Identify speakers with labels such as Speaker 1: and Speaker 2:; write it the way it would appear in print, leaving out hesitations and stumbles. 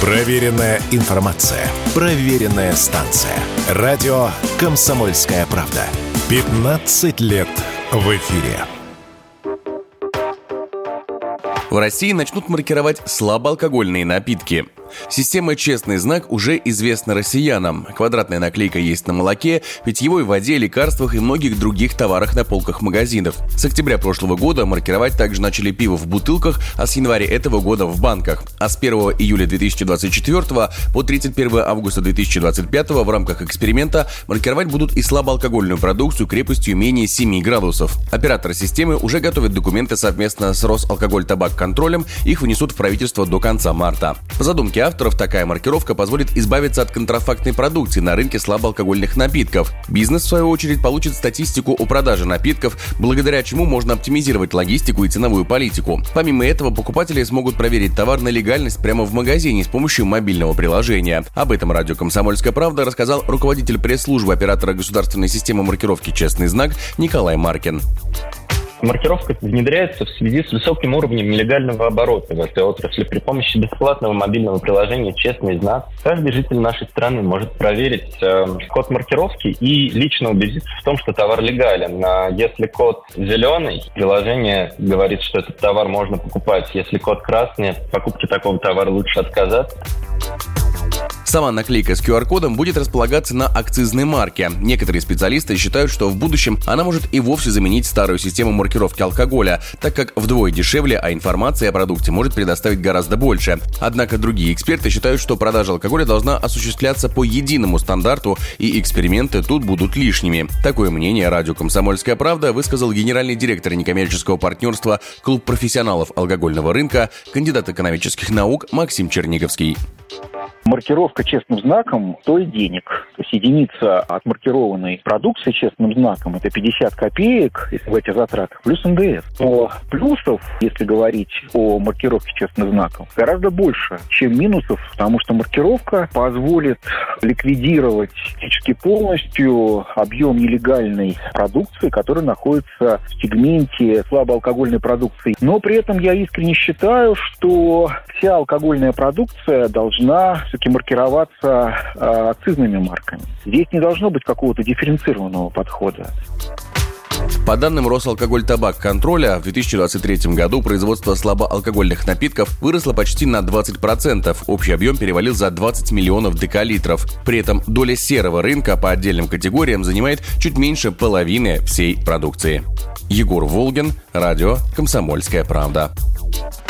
Speaker 1: Проверенная информация. Проверенная станция. Радио «Комсомольская правда». 15 лет в эфире.
Speaker 2: В России начнут маркировать слабоалкогольные напитки. Система «Честный знак» уже известна россиянам. Квадратная наклейка есть на молоке, питьевой воде, лекарствах и многих других товарах на полках магазинов. С октября прошлого года маркировать также начали пиво в бутылках, а с января этого года в банках. А с 1 июля 2024 по 31 августа 2025 в рамках эксперимента маркировать будут и слабоалкогольную продукцию крепостью менее 7 градусов. Операторы системы уже готовят документы совместно с Росалкоголь-Табак-контролем. Их внесут в правительство до конца марта. По задумке авторов, такая маркировка позволит избавиться от контрафактной продукции на рынке слабоалкогольных напитков. Бизнес, в свою очередь, получит статистику о продаже напитков, благодаря чему можно оптимизировать логистику и ценовую политику. Помимо этого, покупатели смогут проверить товар на легальность прямо в магазине с помощью мобильного приложения. Об этом радио «Комсомольская правда» рассказал руководитель пресс-службы оператора государственной системы маркировки «Честный знак» Николай Маркин.
Speaker 3: Маркировка внедряется в связи с высоким уровнем нелегального оборота в этой отрасли. При помощи бесплатного мобильного приложения «Честный знак» каждый житель нашей страны может проверить код маркировки и лично убедиться в том, что товар легален. Если код зеленый, приложение говорит, что этот товар можно покупать. Если код красный, от покупки такого товара лучше отказаться.
Speaker 2: Сама наклейка с QR-кодом будет располагаться на акцизной марке. Некоторые специалисты считают, что в будущем она может и вовсе заменить старую систему маркировки алкоголя, так как вдвое дешевле, а информации о продукте может предоставить гораздо больше. Однако другие эксперты считают, что продажа алкоголя должна осуществляться по единому стандарту, и эксперименты тут будут лишними. Такое мнение радио «Комсомольская правда» высказал генеральный директор некоммерческого партнерства «Клуб профессионалов алкогольного рынка», кандидат экономических наук Максим Черниговский.
Speaker 4: Маркировка честным знаком стоит денег. То есть единица отмаркированной продукции честным знаком – это 50 копеек, если в этих затратах, плюс НДС. Но плюсов, если говорить о маркировке честным знаком, гораздо больше, чем минусов, потому что маркировка позволит ликвидировать практически полностью объем нелегальной продукции, которая находится в сегменте слабоалкогольной продукции. Но при этом я искренне считаю, что вся алкогольная продукция должна все-таки маркироваться акцизными марками. Здесь не должно быть какого-то дифференцированного подхода.
Speaker 2: По данным Росалкоголь-Табак-контроля, в 2023 году производство слабоалкогольных напитков выросло почти на 20%. Общий объем перевалил за 20 миллионов декалитров. При этом доля серого рынка по отдельным категориям занимает чуть меньше половины всей продукции. Егор Волгин, радио «Комсомольская правда».